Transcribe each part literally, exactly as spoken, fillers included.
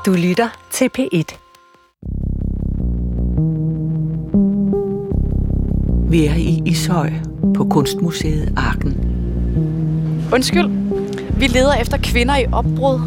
Du lytter til P et. Vi er i Ishøj på Kunstmuseet Arken. Undskyld, vi leder efter kvinder i opbrud.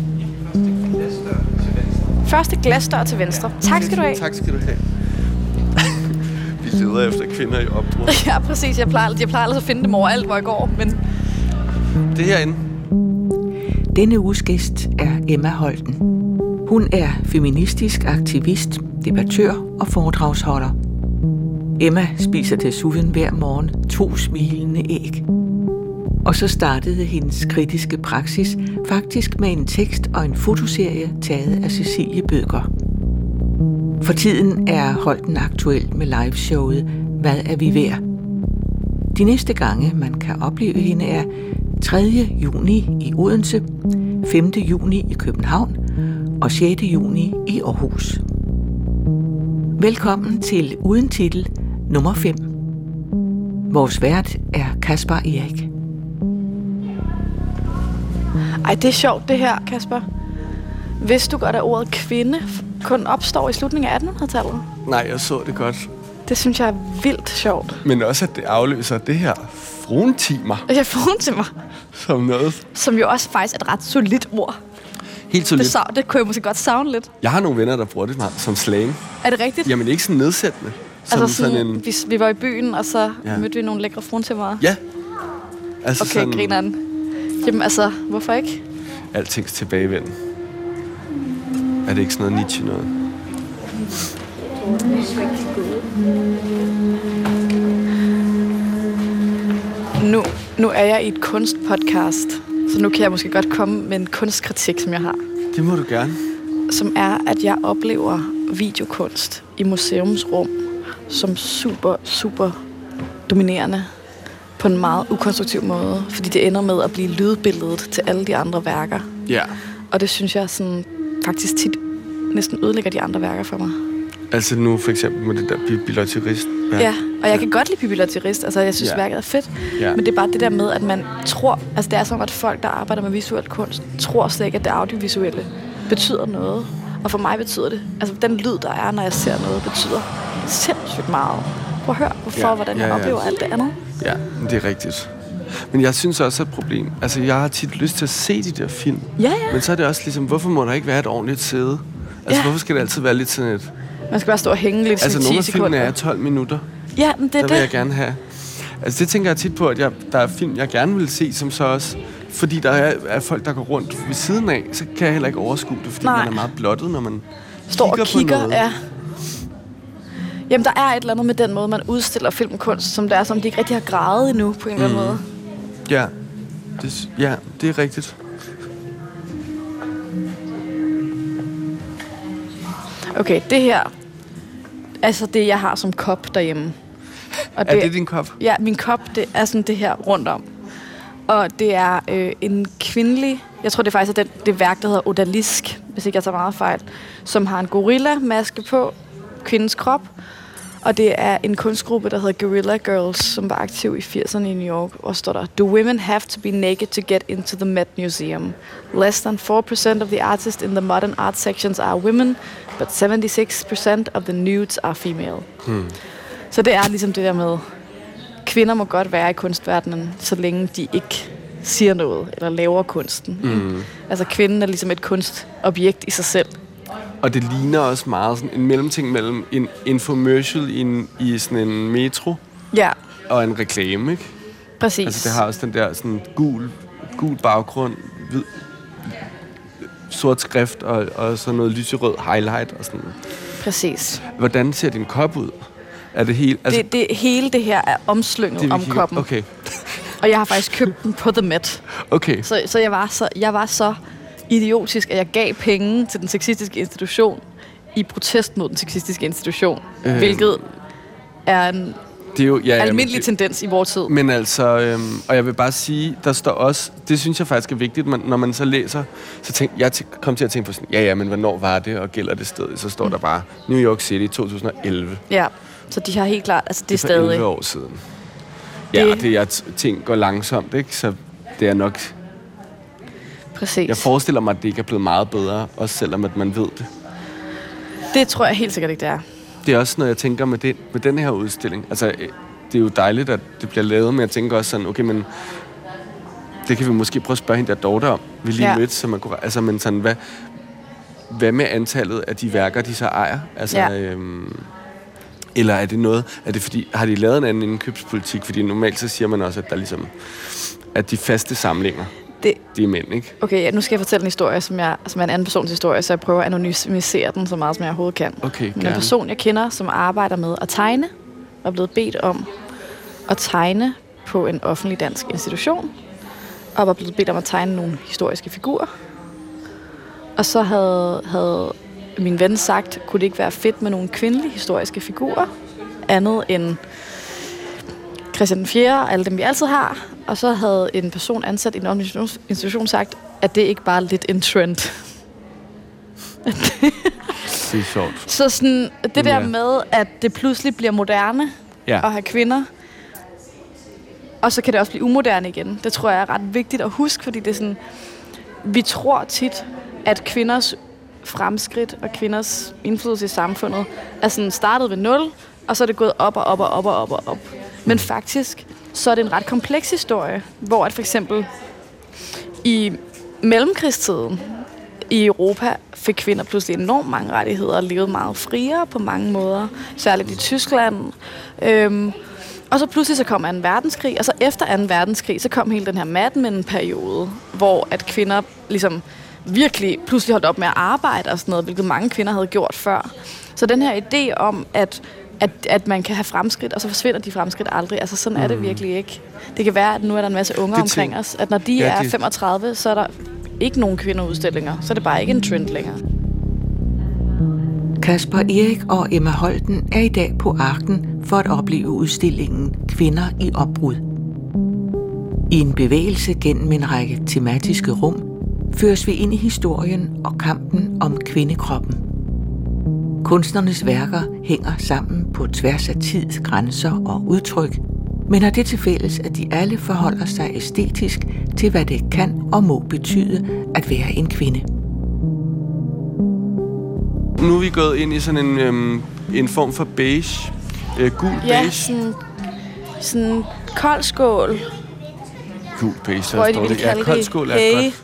Første glasdør til venstre. Tak skal du have. Tak skal du have. Vi leder efter kvinder i opbrud. Ja, præcis. Jeg plejer, jeg plejer altså at finde dem overalt, hvor jeg går, men... Det er herinde. Denne uges gæst er Emma Holten. Hun er feministisk aktivist, debattør og foredragsholder. Emma spiser desuden hver morgen to smilende æg. Og så startede hendes kritiske praksis faktisk med en tekst og en fotoserie taget af Cecilie Bødker. For tiden er Holten aktuel med liveshowet Hvad er vi værd? De næste gange, man kan opleve hende, er tredje juni i Odense, femte juni i København og sjette juni i Aarhus. Velkommen til Uden Titel nummer fem. Vores vært er Kasper Erik. Ej, det er sjovt det her, Kasper. Vidste du godt, at ordet kvinde kun opstår i slutningen af attenhundredetallet? Nej, jeg så det godt. Det synes jeg er vildt sjovt. Men også, at det afløser det her fruentimer. Ja, fruentimer. Som noget. Som jo også faktisk er et ret solidt ord. Helt solidt. Det, sav- det kunne jeg måske godt savne lidt. Jeg har nogle venner, der bruger det meget som slang. Er det rigtigt? Jamen ikke sådan nedsættende. Som altså sådan, sådan en... vi, vi var i byen, og så ja. mødte vi nogle lækre fruentimer. Ja. Altså okay, sådan... grineren. Jamen altså, hvorfor ikke? Altings tilbagevenden. Er det ikke sådan noget Nietzsche noget? Nu, nu er jeg i et kunstpodcast, så nu kan jeg måske godt komme med en kunstkritik, som jeg har. Det må du gerne. Som er, at jeg oplever videokunst i museumsrum som super, super dominerende på en meget ukonstruktiv måde, fordi det ender med at blive lydbilledet til alle de andre værker. Ja. Og det synes jeg sådan, faktisk tit næsten ødelægger de andre værker for mig. Altså nu for eksempel med det der bibliotekarist. Ja, ja, og jeg kan godt lide bibliotekarist. Altså jeg synes, ja. værket er fedt. Ja. Men det er bare det der med, at man tror... Altså det er som, at folk, der arbejder med visuel kunst, tror slet ikke, at det audiovisuelle betyder noget. Og for mig betyder det... Altså den lyd, der er, når jeg ser noget, betyder sindssygt meget. Prøv at høre, hvorfor, ja. hvordan jeg ja, ja. oplever alt det andet. Ja, det er rigtigt. Men jeg synes også, at et problem... Altså jeg har tit lyst til at se de der film. Ja, ja. Men så er det også ligesom, hvorfor må der ikke være et ordentligt sæde? Altså ja. hvorfor skal det altid være lidt sådan et... Man skal bare stå og hænge lidt altså, i ti sekunder. Altså nogle af filmene er tolv minutter. Ja, men det er der det. vil jeg gerne have. Altså det tænker jeg tit på, at jeg, der er film, jeg gerne vil se, som så også... Fordi der er, er folk, der går rundt ved siden af, så kan jeg heller ikke overskue det, fordi Nej. man er meget blottet, når man står kigger og kigger, på noget. Ja. Jamen, der er et eller andet med den måde, man udstiller filmkunst, som det er, som de ikke rigtig har gradet endnu, på en eller anden mm. måde. Ja. Det, ja, det er rigtigt. Okay, det her, altså det, jeg har som kop derhjemme. Og det, er det din kop? Ja, min kop, det er sådan det her rundt om. Og det er øh, en kvindelig, jeg tror det faktisk er den, det værk, der hedder Odalisk, hvis ikke jeg tager meget fejl, som har en gorilla-maske på, kvindens krop. Og det er en kunstgruppe, der hedder Guerrilla Girls, som var aktiv i firserne i New York. Og står der, Do women have to be naked to get into the Met Museum? Less than four percent of the artists in the modern art sections are women, but seventy-six percent of the nudes are female. Hmm. Så det er ligesom det der med, kvinder må godt være i kunstverdenen, så længe de ikke siger noget, eller laver kunsten. Mm. Altså kvinden er ligesom et kunstobjekt i sig selv. Og det ligner også meget sådan en mellemting mellem en infomercial i, en, i sådan en metro ja. og en reklame, ikke? Præcis. Altså det har også den der sådan gul, gul baggrund, hvid, sort skrift og, og så noget lyserød highlight og sådan. Præcis. Hvordan ser din kop ud? Er det hele... Altså, det, det, hele det her er omslynget det, om kigger, koppen. Okay. Og jeg har faktisk købt den på The Met. Okay. Så, så, jeg, var så jeg var så idiotisk, at jeg gav penge til den sexistiske institution i protest mod den sexistiske institution. Øh, hvilket er en det er jo, ja, almindelig det, tendens i vores tid. Men altså, øhm, og jeg vil bare sige, der står også, det synes jeg faktisk er vigtigt, man, når man så læser, så tænk, jeg t- kom til at tænke på sådan, ja ja, men hvornår var det, og gælder det stadig? Så står mm. der bare New York City to tusind og elleve. Ja, så de har helt klart, altså det, det er stadig... elleve år siden. Ja, det, og det er, ting går langsomt, ikke? Så det er nok... Præcis. Jeg forestiller mig, at det ikke er blevet meget bedre, også selvom at man ved det. Det tror jeg helt sikkert ikke, det er. Det er også noget, jeg tænker med, det, med den her udstilling. Altså, det er jo dejligt, at det bliver lavet, men jeg tænker også sådan, okay, men det kan vi måske prøve at spørge hende der Dorte om. Vi lige ja. mødte, så man kunne, altså, men sådan, hvad, hvad med antallet af de værker, de så ejer? Altså, ja. øhm, eller er det noget, er det fordi, har de lavet en anden indkøbspolitik? Fordi normalt så siger man også, at der ligesom, at de faste samlinger, det, de er mænd, ikke? Okay, ja, nu skal jeg fortælle en historie, som, jeg, som er en anden persons historie, så jeg prøver at anonymisere den så meget, som jeg overhovedet kan. Okay, Men en person, jeg kender, som arbejder med at tegne, var blevet bedt om at tegne på en offentlig dansk institution, og var blevet bedt om at tegne nogle historiske figurer. Og så havde, havde min ven sagt, kunne det ikke være fedt med nogle kvindelige historiske figurer, andet end Christian den fjerde og alle dem, vi altid har. Og så havde en person ansat i en offentlig institution sagt, at det ikke bare er lidt en trend. Det er sjovt. Så sådan, det der ja. med, at det pludselig bliver moderne ja. at have kvinder, og så kan det også blive umoderne igen. Det tror jeg er ret vigtigt at huske, fordi det er sådan, vi tror tit, at kvinders fremskridt og kvinders indflydelse i samfundet er sådan startet ved nul, og så er det gået op og op og op og op og op. Men faktisk, så er det en ret kompleks historie, hvor at for eksempel i mellemkrigstiden i Europa fik kvinder pludselig enormt mange rettigheder og levede meget friere på mange måder, særligt i Tyskland. Øhm, og så pludselig så kom anden verdenskrig, og så efter anden verdenskrig, så kom hele den her Mad Men-periode, hvor at kvinder ligesom virkelig pludselig holdt op med at arbejde og sådan noget, hvilket mange kvinder havde gjort før. Så den her idé om, at At, at man kan have fremskridt, og så forsvinder de fremskridt aldrig. Altså, sådan mm. er det virkelig ikke. Det kan være, at nu er der en masse unger omkring os, at når de ja, er de... femogtredive, så er der ikke nogen kvindeudstillinger. Så er det bare ikke en trend længere. Kasper Erik og Emma Holten er i dag på Arken for at opleve udstillingen Kvinder i opbrud. I en bevægelse gennem en række tematiske rum føres vi ind i historien og kampen om kvindekroppen. Kunstnernes værker hænger sammen på tværs af tid, grænser og udtryk, men har det til fælles, at de alle forholder sig æstetisk til, hvad det kan og må betyde at være en kvinde. Nu er vi gået ind i sådan en, øhm, en form for beige, øh, gul beige. Ja, sådan, sådan kold skål. Gul beige, så står det. Ja, kold skål er hey. godt.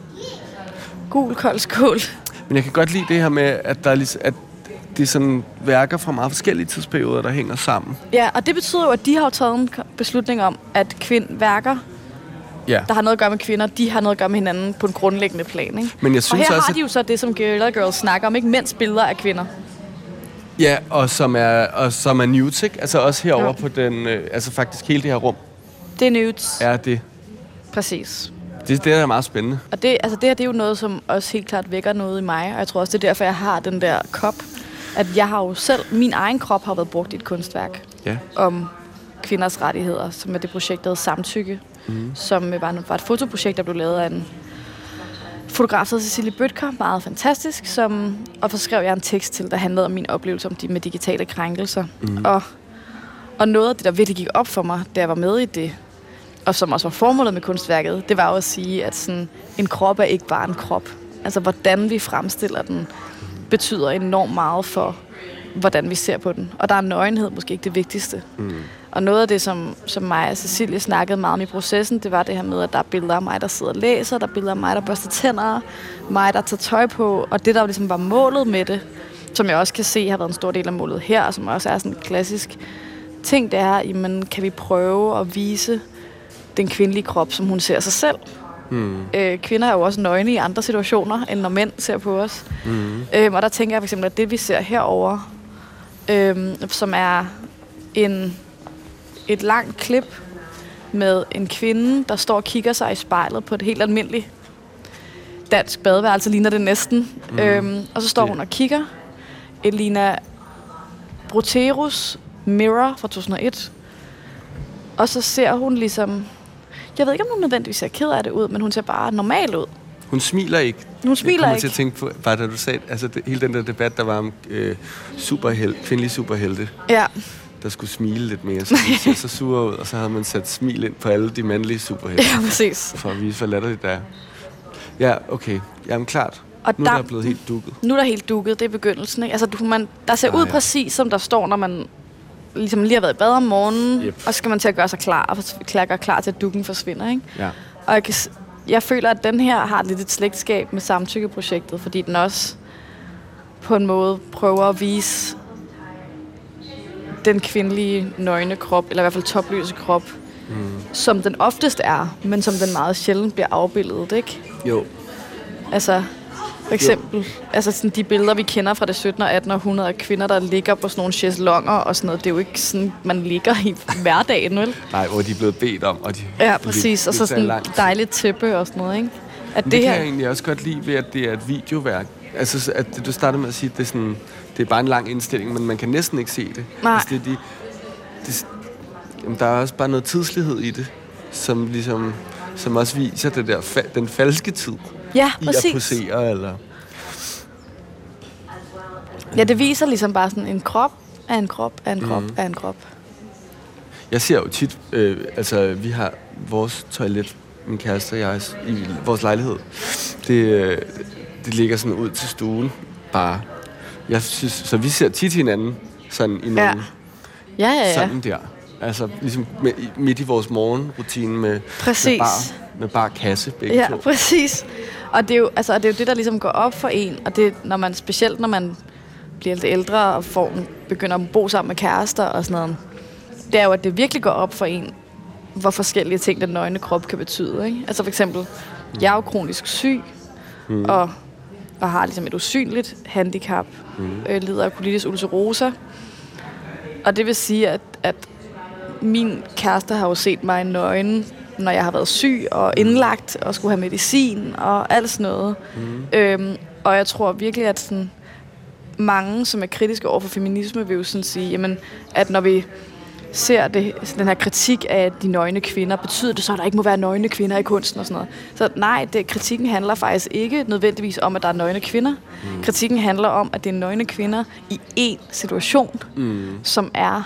Gul kold skål. Men jeg kan godt lide det her med, at der er ligesom, at det er sådan værker fra meget forskellige tidsperioder, der hænger sammen. Ja, og det betyder jo, at de har taget en beslutning om, at kvindværker, ja. der har noget at gøre med kvinder, de har noget at gøre med hinanden på en grundlæggende plan. Ikke? Men jeg synes og her også, har de jo så det, som Guerrilla Girls snakker om, ikke mænds billeder af kvinder. Ja, og som er, og som er nudes, ikke? Altså også herover ja. på den, øh, altså faktisk hele det her rum. Det er nudes. Er det. Præcis. Det, det er meget spændende. Og det, altså det her, det er jo noget, som også helt klart vækker noget i mig, og jeg tror også, det er derfor, jeg har den der kop. At jeg har jo selv, min egen krop har været brugt i et kunstværk ja. om kvinders rettigheder, som er det projekt, der hedder Samtykke, mm. som var, en, var et fotoprojekt, der blev lavet af en fotograf, der Cecilie Bødker, meget fantastisk, som, og så skrev jeg en tekst til, der handlede om min oplevelse om de med digitale krænkelser. Mm. Og, og noget af det, der virkelig gik op for mig, da jeg var med i det, og som også var formålet med kunstværket, det var jo at sige, at sådan, en krop er ikke bare en krop. Altså, hvordan vi fremstiller den, betyder enormt meget for, hvordan vi ser på den. Og der er nøgenhed måske ikke det vigtigste. Mm. Og noget af det, som, som mig og Cecilie snakkede meget om i processen, det var det her med, at der er billeder af mig, der sidder og læser, der er billeder af mig, der børster tænder, mig, der tager tøj på, og det, der ligesom var målet med det, som jeg også kan se har været en stor del af målet her, og som også er sådan en klassisk ting, det er, jamen, kan vi prøve at vise den kvindelige krop, som hun ser sig selv. Mm. Øh, kvinder er jo også nøgne i andre situationer, end når mænd ser på os. Mm. Øhm, og der tænker jeg for eksempel, at det vi ser herover, øhm, som er en, et langt klip med en kvinde, der står og kigger sig i spejlet på et helt almindeligt dansk badeværelse, ligner det næsten. Mm. Øhm, og så står det. hun og kigger. Elina Broterus Mirror fra to tusind og et. Og så ser hun ligesom... Jeg ved ikke, om hun nødvendigvis ser ked af det ud, men hun ser bare normal ud. Hun smiler ikke. Hun smiler ikke. Jeg kommer til at tænke på, bare da du sagde, altså det, hele den der debat, der var om øh, superhelt, kvindelige superhelte. Ja. Der skulle smile lidt mere, så de ser så sure ud, og så havde man sat smil ind på alle de mandlige superhelte. Ja, præcis. For at vise, hvor latterligt det er. Ja, okay. Jamen klart. Og nu der, er der blevet helt dukket. Nu er der helt dukket, det er begyndelsen. Ikke? Altså, du, man, der ser ah, ud ja. præcis, som der står, når man ligesom lige har været i bad om morgenen, yep. og så skal man til at gøre sig klar, og gøre klar til, at dukken forsvinder. Ikke? Ja. Og jeg, kan, jeg føler, at den her har lidt et slægtskab med samtykkeprojektet, fordi den også på en måde prøver at vise den kvindelige nøgne krop, eller i hvert fald topløse krop, mm. som den oftest er, men som den meget sjældent bliver afbildet, ikke? Jo. Altså, for eksempel, jo. altså sådan de billeder, vi kender fra det syttende og attende århundrede af kvinder, der ligger på sådan nogle chaiselonger og sådan noget, det er jo ikke sådan, man ligger i hverdagen, vel? Nej, hvor de er blevet bedt om, og de... Ja, præcis, og så sådan et dejligt tæppe og sådan noget, ikke? At det, det her... kan jeg egentlig også godt lide ved, at det er et videoværk. Altså, at du startede med at sige, at det er, sådan, det er bare en lang indstilling, men man kan næsten ikke se det. Nej. Altså, det er de, det, jamen, der er også bare noget tidslighed i det, som ligesom, som også viser det der, fa- den falske tid. Ja, i præcis. at posere, eller... Ja, det viser ligesom bare sådan en krop af en krop af en krop mm. af en krop. Jeg ser jo tit, øh, altså vi har vores toilet, min kæreste og jeg, i vores lejlighed. Det, øh, det ligger sådan ud til stuen, bare. Jeg synes, så vi ser tit hinanden sådan i nogle... Ja. Ja, ja, ja. Sådan der. Altså ligesom med, midt i vores morgenrutine med, præcis. med, bar, med bar kasse begge ja, to. Ja, præcis. Og det, er jo, altså, det er jo det, der ligesom går op for en. Og det når man, specielt når man bliver lidt ældre og får, begynder at bo sammen med kærester og sådan noget, det er jo, at det virkelig går op for en, hvor forskellige ting den nøgne krop kan betyde. Ikke? Altså for eksempel, mm. jeg er jo kronisk syg, mm. og, og har ligesom et usynligt handicap, mm. øh, lider af colitis ulcerosa. Og det vil sige, at, at min kæreste har jo set mig nøgen, når jeg har været syg og indlagt og skulle have medicin og alt sådan noget. Mm. Øhm, og jeg tror virkelig, at sådan, mange, som er kritiske over for feminisme, vil jo sådan sige, jamen, at når vi ser det, den her kritik af de nøgne kvinder, betyder det så, at der ikke må være nøgne kvinder i kunsten og sådan noget. Så nej, det, kritikken handler faktisk ikke nødvendigvis om, at der er nøgne kvinder. Mm. Kritikken handler om, at det er nøgne kvinder i én situation, mm. som er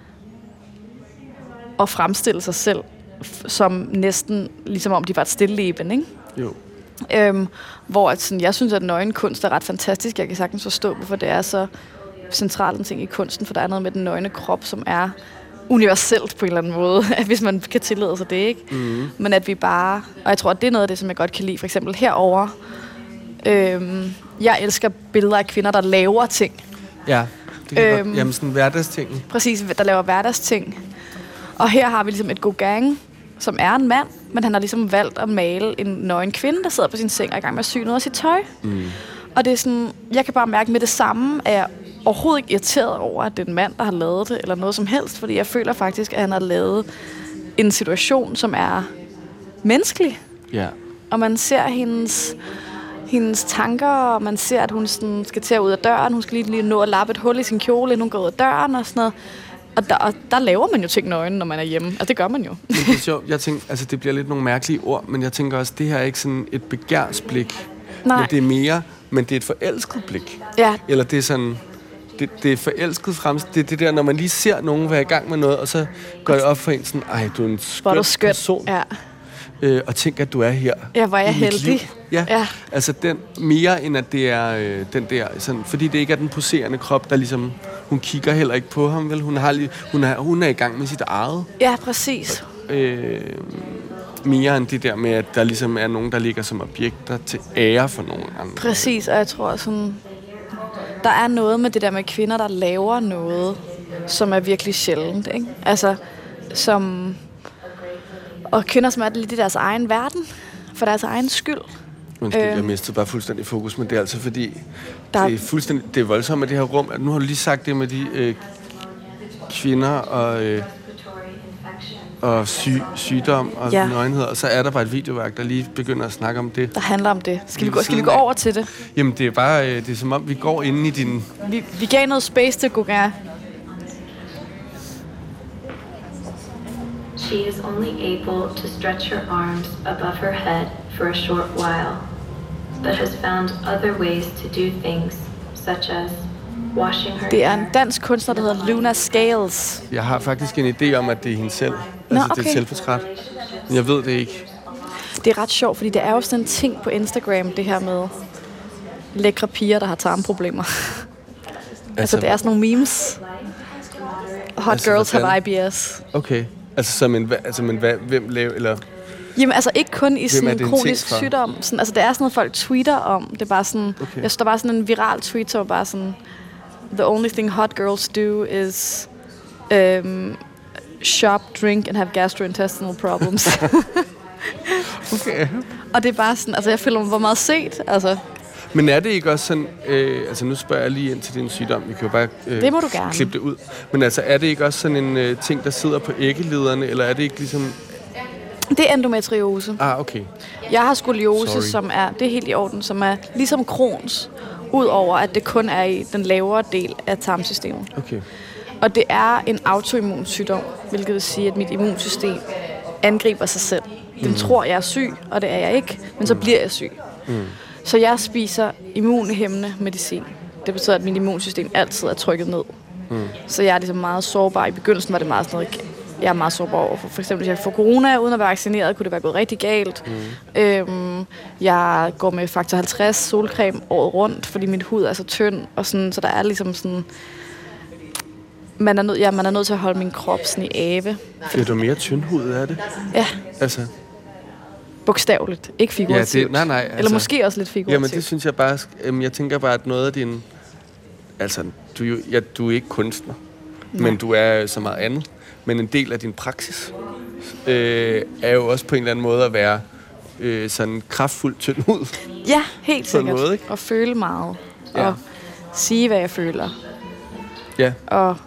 at fremstille sig selv som næsten, ligesom om de var et stilleben, ikke? Jo. Øhm, hvor at sådan, jeg synes, at nøgenkunst er ret fantastisk. Jeg kan sagtens forstå, hvorfor det er så centralt en ting i kunsten, for der er noget med den nøgne krop, som er universelt på en eller anden måde, hvis man kan tillade sig det, ikke? Mm. Men at vi bare... Og jeg tror, at det er noget af det, som jeg godt kan lide. For eksempel herover. Øhm, jeg elsker billeder af kvinder, der laver ting. Ja, det kan øhm, godt. Jamen sådan hverdagsting. Præcis, der laver hverdagsting. Og her har vi ligesom et Gauguin, som er en mand, men han har ligesom valgt at male en nøgen kvinde, der sidder på sin seng og er i gang med at sy noget af sit tøj. Mm. Og det er sådan, jeg kan bare mærke med det samme, at jeg overhovedet ikke irriteret over, at det er en mand, der har lavet det, eller noget som helst, fordi jeg føler faktisk, at han har lavet en situation, som er menneskelig. Yeah. Og man ser hendes, hendes tanker, og man ser, at hun sådan skal til at ud af døren, hun skal lige, lige nå at lappe et hul i sin kjole, inden hun går ud af døren og sådan noget. Og der, og der laver man jo ting nøgen, når man er hjemme. Altså, det gør man jo. Men det er sjovt. Jeg tænker, altså, det bliver lidt nogle mærkelige ord, men jeg tænker også, det her er ikke sådan et begærsblik. Nej. Men det er mere, men det er et forelsket blik. Ja. Eller det er sådan, det, det er forelsket fremst. Det er det der, når man lige ser nogen være i gang med noget, og så går det op for en sådan, ej, du er en skøn, skøn. person. Ja. Øh, og tænker, at du er her. Ja, hvor er jeg heldig. Ja. ja, altså den, mere end at det er øh, den der, sådan, fordi det ikke er den poserende krop, der ligesom, hun kigger heller ikke på ham, vel? Hun, har lige, hun, er, hun er i gang med sit eget. Ja, præcis. Øh, mere end det der med, at der ligesom er nogen, der ligger som objekter til ære for nogen andre. Præcis, og jeg tror sådan, der er noget med det der med kvinder, der laver noget, som er virkelig sjældent, ikke? Altså, som... Og kvinder, som er lidt i deres egen verden, for deres egen skyld. Undskyld, øh, jeg mistede bare fuldstændig fokus, men det er altså fordi, der... det er fuldstændig, det er voldsomt med det her rum. Nu har du lige sagt det med de øh, kvinder og, øh, og syg, sygdom og ja. nøgenhed, og så er der bare et videoværk, der lige begynder at snakke om det. Der handler om det. Skal vi gå, skal vi gå over til det? Jamen, det er bare, øh, det er som om, vi går inde i din... Vi, vi gav noget space til Gauguin. She is only able to stretch her arms above her head for a short while, but has found other ways to do things, such as washing her. Det er en dansk kunstner, der hedder Luna Scales. Jeg har faktisk en idé om, at det er hende selv. Nå, altså, okay. Det er et selvportræt. Men jeg ved det ikke. Det det er ret sjovt, fordi det er jo sådan en ting på Instagram, det her med lækre piger, der har tarmproblemer. altså, altså, det er sådan nogle memes. Hot altså, girls have I B S. Okay. Altså, som en, altså, men hvad, hvem laver, eller... Jamen, altså ikke kun i sådan en kronisk sygdom. Sådan, altså, det er sådan noget, folk tweeter om. Det er bare sådan... Okay. Jeg synes, der var sådan en viral tweet, som var bare sådan... The only thing hot girls do is... Um, shop, drink and have gastrointestinal problems. Okay. Og det er bare sådan... Altså, jeg føler mig, hvor meget set, altså... Men er det ikke også sådan... Øh, altså, nu spørger jeg lige ind til din sygdom. Vi kan jo bare øh, det må du gerne. Klippe det ud. Men altså, er det ikke også sådan en øh, ting, der sidder på æggelederne, eller er det ikke ligesom... Det er endometriose. Ah, okay. Jeg har skoliose, Sorry. som er... Det er helt i orden, som er ligesom Crohns, udover at det kun er i den lavere del af tarmsystemet. Okay. Og det er en autoimmun sygdom, hvilket vil sige, at mit immunsystem angriber sig selv. Den mm. tror, jeg er syg, og det er jeg ikke, men så bliver jeg syg. Mm. Så jeg spiser immunhæmmende medicin. Det betyder, at mit immunsystem altid er trykket ned. Mm. Så jeg er ligesom meget sårbar. I begyndelsen var det meget sådan noget, jeg er meget sårbar over for. For eksempel, hvis jeg får corona uden at være vaccineret, kunne det være gået rigtig galt. Mm. Øhm, jeg går med faktor halvtreds solcreme året rundt, fordi min hud er så tynd. Og sådan, så der er ligesom sådan... Man er, nød, ja, man er nødt til at holde min krop sådan i ave. Er du mere tyndhud af det? Ja. Altså... Bogstaveligt, ikke figurativt. Ja, det, nej, nej, altså, eller måske også lidt figurativt. Jamen det synes jeg bare, øhm, jeg tænker bare, at noget af din, altså du, ja, du er ikke kunstner, nej. Men du er så meget andet. Men en del af din praksis øh, er jo også på en eller anden måde at være øh, sådan kraftfuld tynd hud. Ja, helt sikkert. Måde, ikke? Og føle meget. Ja. Og sige, hvad jeg føler. Ja. Og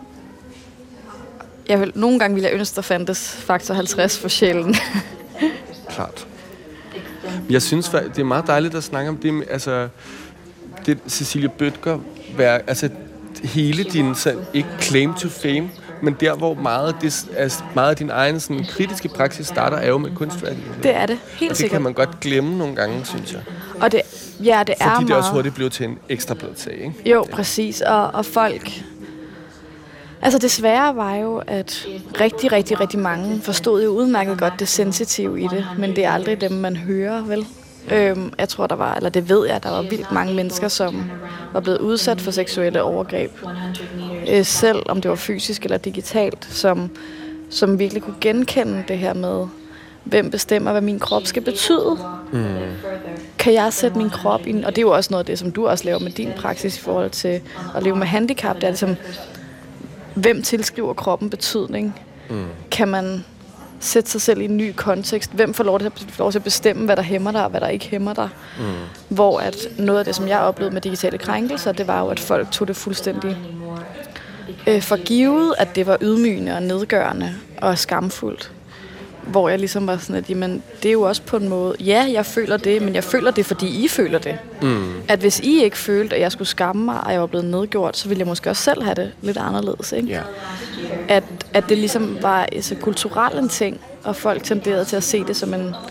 jeg vil, nogle gange ville jeg ønske, der fandtes faktor halvtreds for sjælen. Klart. Jeg synes, det er meget dejligt at snakke om det, altså det Cecilie Bødker, altså hele din, sådan, ikke claim to fame, men der, hvor meget, det, altså, meget af din egen sådan, kritiske praksis starter, er jo med kunstværk. Det er det, helt og det sikkert. kan man godt glemme nogle gange, synes jeg. Og det, ja, det er Fordi det meget... også hurtigt blev til en ekstra bladsag, ikke? Jo, præcis. Og, og folk... Altså det svære var jo, at rigtig, rigtig, rigtig mange forstod jo udmærket godt det sensitive i det, men det er aldrig dem, man hører, vel? Øhm, jeg tror, der var, eller det ved jeg, der var vildt mange mennesker, som var blevet udsat for seksuelle overgreb. Øh, selv om det var fysisk eller digitalt, som, som virkelig kunne genkende det her med, hvem bestemmer, hvad min krop skal betyde. Mm. Kan jeg sætte min krop ind? Og det er jo også noget af det, som du også laver med din praksis i forhold til at leve med handicap. Det er ligesom, hvem tilskriver kroppen betydning? Mm. Kan man sætte sig selv i en ny kontekst? Hvem får lov til, får lov til at bestemme, hvad der hæmmer dig, og hvad der ikke hæmmer dig? Mm. Hvor at noget af det, som jeg oplevede med digitale krænkelser, det var jo, at folk tog det fuldstændig øh, for givet, at det var ydmygende og nedgørende og skamfuldt. Hvor jeg ligesom var sådan, at jamen, det er jo også på en måde, ja, jeg føler det, men jeg føler det, fordi I føler det. Mm. At hvis I ikke følte, at jeg skulle skamme mig, og jeg var blevet nedgjort, så ville jeg måske også selv have det lidt anderledes, ikke? Yeah. At, at det ligesom var så kulturelt en ting, og folk tenderede til at se det som en,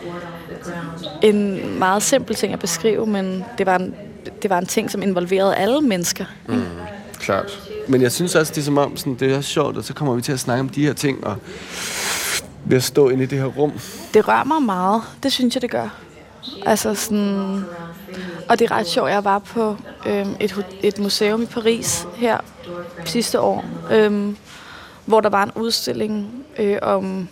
en meget simpel ting at beskrive, men det var en, det var en ting, som involverede alle mennesker. Mm. Klart. Men jeg synes også, det er som om, sådan, det er sjovt, og så kommer vi til at snakke om de her ting, og ved at stå inde i det her rum. Det rører mig meget. Det synes jeg, det gør. Altså sådan... Og det er ret sjovt. Jeg var på øhm, et, et museum i Paris her sidste år, øhm, hvor der var en udstilling øh, om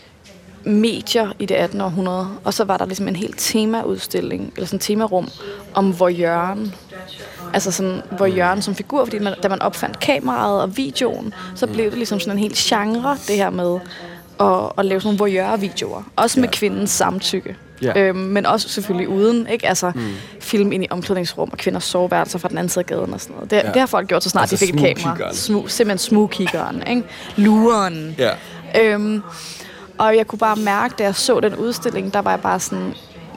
medier i det attende århundrede. Og så var der ligesom en helt temaudstilling, eller sådan en temarum, om voyeuren. Altså sådan voyeuren som figur, fordi man, da man opfandt kameraet og videoen, så blev det ligesom sådan en helt genre, det her med Og, og lave sådan nogle voyeur-videoer. Også med ja. kvindens samtykke. Ja. Øhm, men også selvfølgelig uden. Ikke? Altså mm. film ind i omklædningsrum og kvinders soveværelser fra den anden side af gaden og sådan noget. Det, ja. det har folk gjort så snart, altså de fik et kamera. Smu, simpelthen smugkiggeren. Ikke? Luren. Ja. Øhm, og jeg kunne bare mærke, da jeg så den udstilling, der var jeg bare sådan...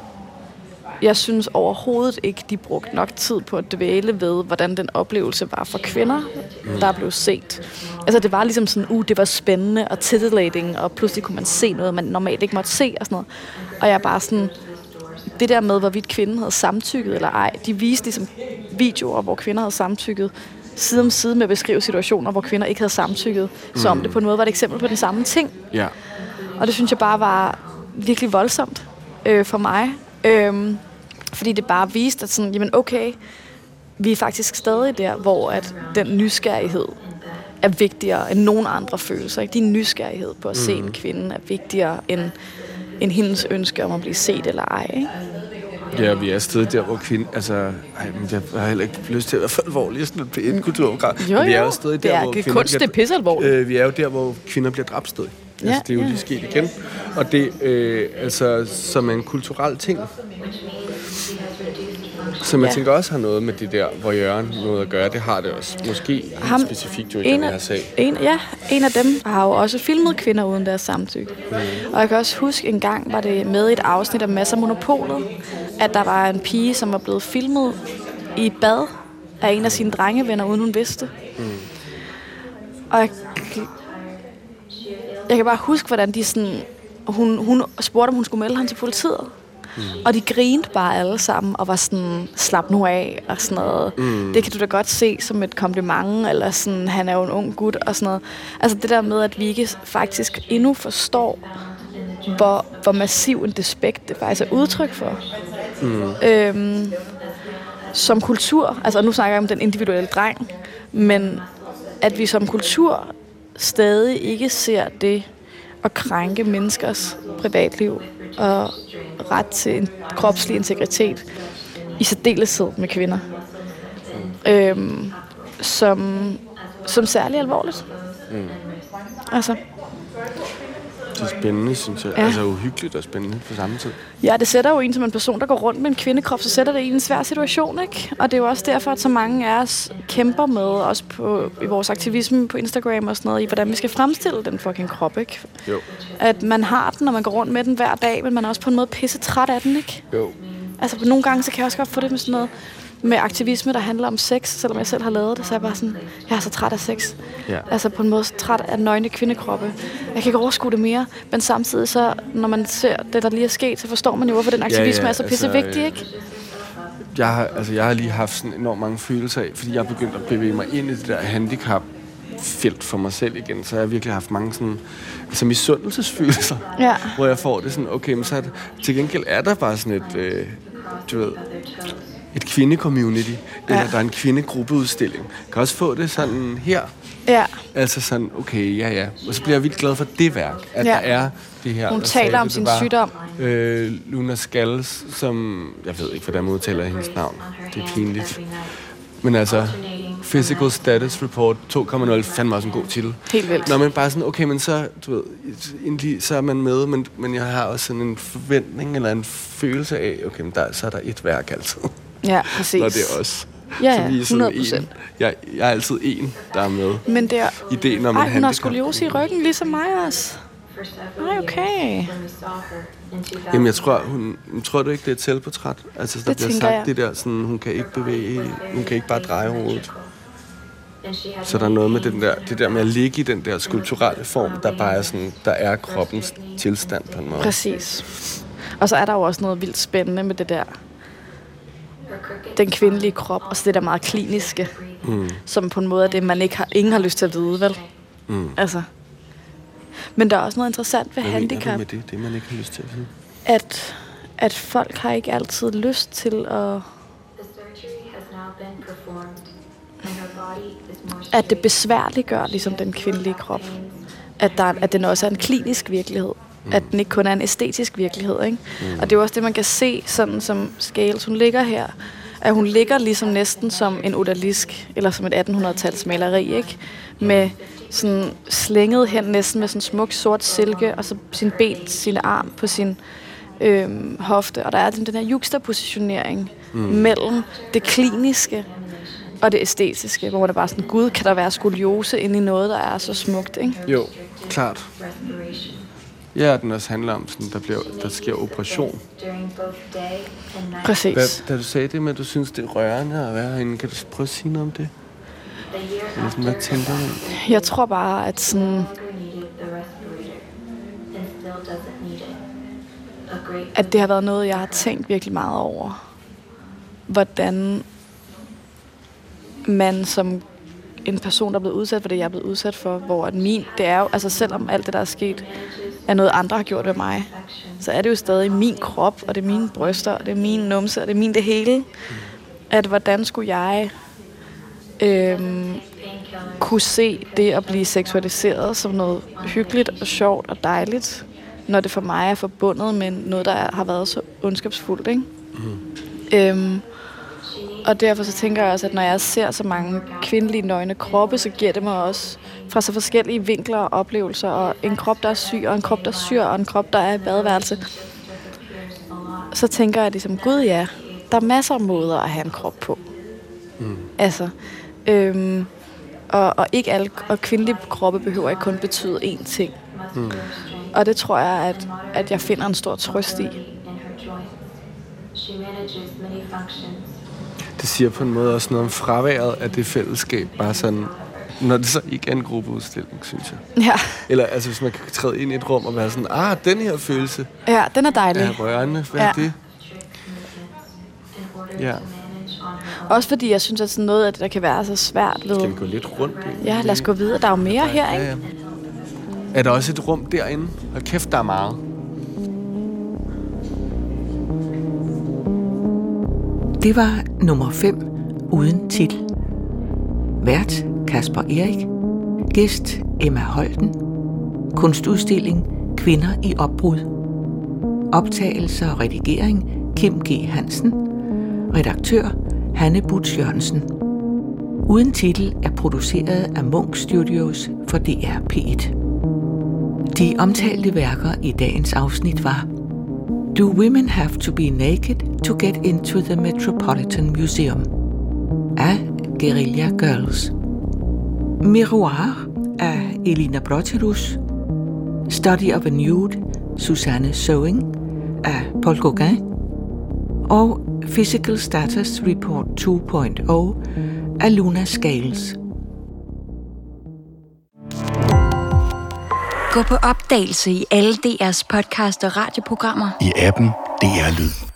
Jeg synes overhovedet ikke, de brugte nok tid på at dvæle ved, hvordan den oplevelse var for kvinder, mm. der blev set. Altså det var ligesom sådan, uh, det var spændende og titillating, og pludselig kunne man se noget, man normalt ikke måtte se og sådan noget. Og jeg bare sådan, det der med, hvorvidt kvinden havde samtykket eller ej, de viste ligesom videoer, hvor kvinder havde samtykket, side om side med at beskrive situationer, hvor kvinder ikke havde samtykket, mm. så om det på en måde var et eksempel på den samme ting. Ja. Og det synes jeg bare var virkelig voldsomt. øh, for mig. Øhm, fordi det bare viste, at sådan, jamen okay, vi er faktisk stadig der, hvor at den nysgerrighed er vigtigere end nogen andre følelser. Ikke? Din nysgerrighed på at se en kvinde er vigtigere end, end hendes ønske om at blive set eller ej. Ikke? Ja, vi er stadig der, hvor kvinden... Altså, ej, men jeg har heller ikke lyst til at være for alvorlig sådan P et-kulturprogram. Jo, jo. Vi er jo stadig der, det er, hvor det er kunst, det er pissealvorligt. Øh, vi er jo der, hvor kvinder bliver dræbt stadig. Ja, altså, det er jo ja. lige sket igen. Og det, øh, altså, som er en kulturel ting, som jeg Ja. tænker også har noget med det der, hvor Jørgen noget at gøre. Det har det også. Måske Ham, specifikt jo i en den af, her sag. En, ja, en af dem har jo også filmet kvinder uden deres samtykke. Mm. Og jeg kan også huske, en gang var det med i et afsnit af Masser af Monopolet, at der var en pige, som var blevet filmet i et bad af en af sine drengevenner, uden hun vidste. Mm. Og jeg, jeg kan bare huske, hvordan de sådan... Hun, hun spurgte, om hun skulle melde ham til politiet. Mm. Og de grinede bare alle sammen og var sådan, slap nu af og sådan noget. Mm. Det kan du da godt se som et kompliment, eller sådan, han er jo en ung gut og sådan noget. Altså det der med, at vi ikke faktisk endnu forstår, hvor, hvor massiv en despekt det faktisk er udtryk for. Mm. Øhm, som kultur, altså nu snakker jeg om den individuelle dreng, men at vi som kultur stadig ikke ser det at krænke menneskers privatliv og ret til en kropslig integritet, i særdeleshed med kvinder, øhm, som, som særlig alvorligt. Mm. Altså. Det er spændende, synes jeg. Ja. Altså uhyggeligt og spændende på samme tid. Ja, det sætter jo en som en person, der går rundt med en kvindekrop, så sætter det en i en svær situation, ikke? Og det er jo også derfor, at så mange af os kæmper med, også på, i vores aktivisme på Instagram og sådan noget, i hvordan vi skal fremstille den fucking krop, ikke? Jo. At man har den, og man går rundt med den hver dag, men man er også på en måde pisse træt af den, ikke? Jo. Altså, nogle gange, så kan jeg også godt få det med sådan noget med aktivisme, der handler om sex, selvom jeg selv har lavet det, så er jeg bare sådan, jeg er så træt af sex. Ja. Altså på en måde træt af nøgne kvindekroppe. Jeg kan ikke overskue det mere, men samtidig så, når man ser det, der lige er sket, så forstår man jo, hvorfor den aktivisme ja, ja, er så pisse altså, vigtig, ikke? Jeg har, altså, jeg har lige haft sådan enormt mange følelser af, fordi jeg er begyndt at bevæge mig ind i det der handicap-felt for mig selv igen, så jeg har virkelig haft mange sådan, altså misundelsesfølelser, ja. hvor jeg får det sådan, okay, men så er det, til gengæld er der bare sådan et, øh, du ved, et kvinde-community, eller ja. Der er en kvindegruppeudsstilling. Jeg kan også få det sådan her. Ja. Altså sådan, okay, ja, ja. Og så bliver jeg vildt glad for det værk, at ja. Der er det her. Hun taler om sin sygdom. Øh, Luna Scales, som, jeg ved ikke, hvordan man udtaler hendes navn. Det er pinligt. Men altså, Physical Status Report to komma nul, fandme også en god titel. Helt vildt. Når man bare sådan, okay, men så, du ved, endelig, så er man med, men, men jeg har også sådan en forventning, eller en følelse af, okay, men der, så er der et værk altid. Ja, præcis. Når det er os. Ja, så vi er hundrede procent. En. Jeg, jeg er altid en, der er med. Men det er... Ideen om ej, en hun har handicap. skoliose i ryggen, ligesom mig også. Nej, okay. Jamen, jeg tror, hun, tror du ikke, det er et selvportræt? Altså, der det bliver sagt jeg. det der, sådan, hun kan ikke bevæge, hun kan ikke bare dreje hovedet. Så der er noget med den der, det der med at ligge i den der skulpturelle form, der bare er sådan, der er kroppens tilstand på en måde. Præcis. Og så er der jo også noget vildt spændende med det der, den kvindelige krop, og så det der meget kliniske, mm. som på en måde er det, man ikke har, ingen har lyst til at vide, vel? Mm. Altså. Men der er også noget interessant ved Hvad handicap. Hvad mener du med det, det man ikke har lyst til at vide? At, at folk har ikke altid lyst til at... At det besværliggør ligesom den kvindelige krop. At, der, at den også er en klinisk virkelighed. Mm. At den ikke kun er en æstetisk virkelighed, ikke? Mm. Og det er også det, man kan se, sådan som Scales, hun ligger her. At hun ligger ligesom næsten som en odalisk, eller som et attenhundrede-tals maleri, ikke? Med sådan slænget hen næsten med sådan smuk sort silke, og så sin ben, sin arm på sin øhm, hofte. Og der er den, den her juxtapositionering mm. mellem det kliniske og det æstetiske, hvor det bare sådan, gud, kan der være skoliose inde i noget, der er så smukt, ikke? Jo, klart. Ja, den også handler om, sådan, der, bliver, der sker operation. Præcis. Hvad, da du sagde det med, at du synes, det er rørende at være herinde, kan du prøve at sige noget om det? Eller sådan, hvad tænker du? Jeg tror bare, at sådan... At det har været noget, jeg har tænkt virkelig meget over. Hvordan man som en person, der er blevet udsat for det, jeg er blevet udsat for, hvor at min, det er jo, altså selvom alt det, der er sket, er noget, andre har gjort ved mig, så er det jo stadig min krop, og det er mine bryster, og det er min numse, og det er min det hele. At hvordan skulle jeg øhm, kunne se det at blive seksualiseret som noget hyggeligt og sjovt og dejligt, når det for mig er forbundet med noget, der har været så ondskabsfuldt, ikke? Mm. Øhm, og derfor så tænker jeg også, at når jeg ser så mange kvindelige nøgne kroppe, så giver det mig også fra så forskellige vinkler og oplevelser, og en krop, der er syg, og en krop, der er syr, og en krop, der er i badeværelse. Så tænker jeg ligesom, gud ja, der er masser af måder at have en krop på. Mm. Altså, øhm, og, og ikke alle og kvindelige kroppe behøver ikke kun betyde én ting. Mm. Og det tror jeg, at, at jeg finder en stor trøst i. Det siger på en måde også noget om fraværet af det fællesskab, bare sådan, når det så ikke er en gruppeudstilling, synes jeg. Ja. Eller altså, hvis man kan træde ind i et rum og være sådan, ah, den her følelse. Ja, den er dejlig. Ja, rørende, hvad ja. er det? Ja. Også fordi jeg synes, at sådan noget af det, der kan være så svært ved... Skal vi gå lidt rundt? I? Ja, lad os gå videre. Der er jo mere her, ikke? Ja, ja. Er der også et rum derinde? Og kæft, der er meget. Det var nummer fem uden titel. Vært Kasper Erik. Gæst Emma Holten. Kunstudstilling Kvinder i opbrud. Optagelse og redigering Kim G. Hansen. Redaktør Hanne Butz Jørgensen. Uden titel er produceret af Munch Studios for D R P et. De omtalte værker i dagens afsnit var: Do women have to be naked to get into the Metropolitan Museum? Af Guerilla Girls. Miroir af Elina Brotherus. Study of a Nude, Susanne Sewing af Paul Gauguin. Og Physical Status Report to point oh af Luna Scales. Gå på opdagelse i alle D R's podcast og radioprogrammer. I appen D R Lyd.